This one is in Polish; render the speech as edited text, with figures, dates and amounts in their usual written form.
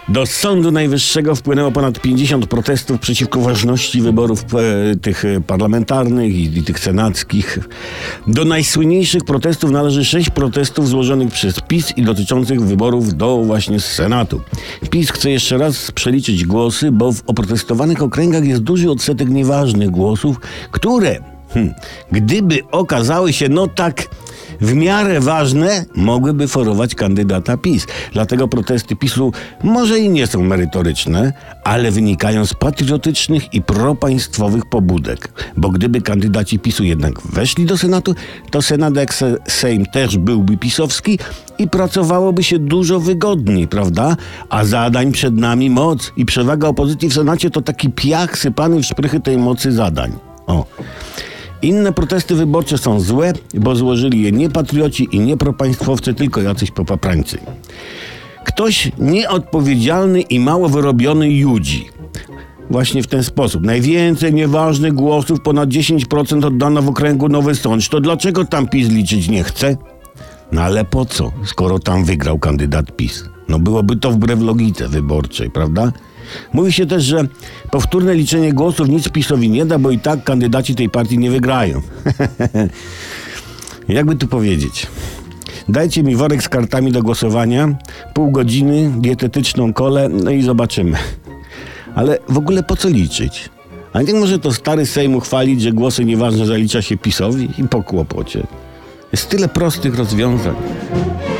Do Sądu Najwyższego wpłynęło ponad 50 protestów przeciwko ważności wyborów tych parlamentarnych i tych senackich. Do najsłynniejszych protestów należy 6 protestów złożonych przez PiS i dotyczących wyborów do właśnie Senatu. PiS chce jeszcze raz przeliczyć głosy, bo w oprotestowanych okręgach jest duży odsetek nieważnych głosów, które, gdyby okazały się tak w miarę ważne, mogłyby forować kandydata PiS. Dlatego protesty PiS-u może i nie są merytoryczne, ale wynikają z patriotycznych i propaństwowych pobudek. Bo gdyby kandydaci PiS-u jednak weszli do Senatu, to Senat jak Sejm też byłby pisowski i pracowałoby się dużo wygodniej, prawda? A zadań przed nami moc i przewaga opozycji w Senacie to taki piach sypany w szprychy tej mocy zadań. Inne protesty wyborcze są złe, bo złożyli je nie patrioci i nie propaństwowcy, tylko jacyś popaprańcy. Ktoś nieodpowiedzialny i mało wyrobiony judzi. Właśnie w ten sposób. Najwięcej nieważnych głosów, ponad 10% oddano w okręgu Nowy Sącz. To dlaczego tam PiS liczyć nie chce? Ale po co, skoro tam wygrał kandydat PiS? Byłoby to wbrew logice wyborczej, prawda? Mówi się też, że powtórne liczenie głosów nic PiS-owi nie da, bo i tak kandydaci tej partii nie wygrają. Jakby tu powiedzieć? Dajcie mi worek z kartami do głosowania, pół godziny, dietetyczną kolę, i zobaczymy. Ale w ogóle po co liczyć? A nie może to stary Sejm uchwalić, że głosy nieważne zalicza się PiS-owi i po kłopocie. Jest tyle prostych rozwiązań.